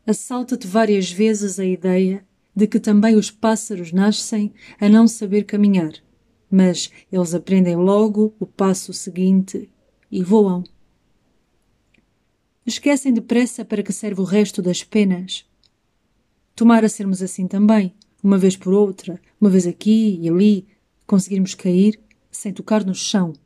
Assalta-te várias vezes a ideia de que também os pássaros nascem a não saber caminhar, mas eles aprendem logo o passo seguinte e voam. Esquecem depressa para que serve o resto das penas. Tomara sermos assim também, uma vez por outra, uma vez aqui e ali, conseguirmos cair sem tocar no chão,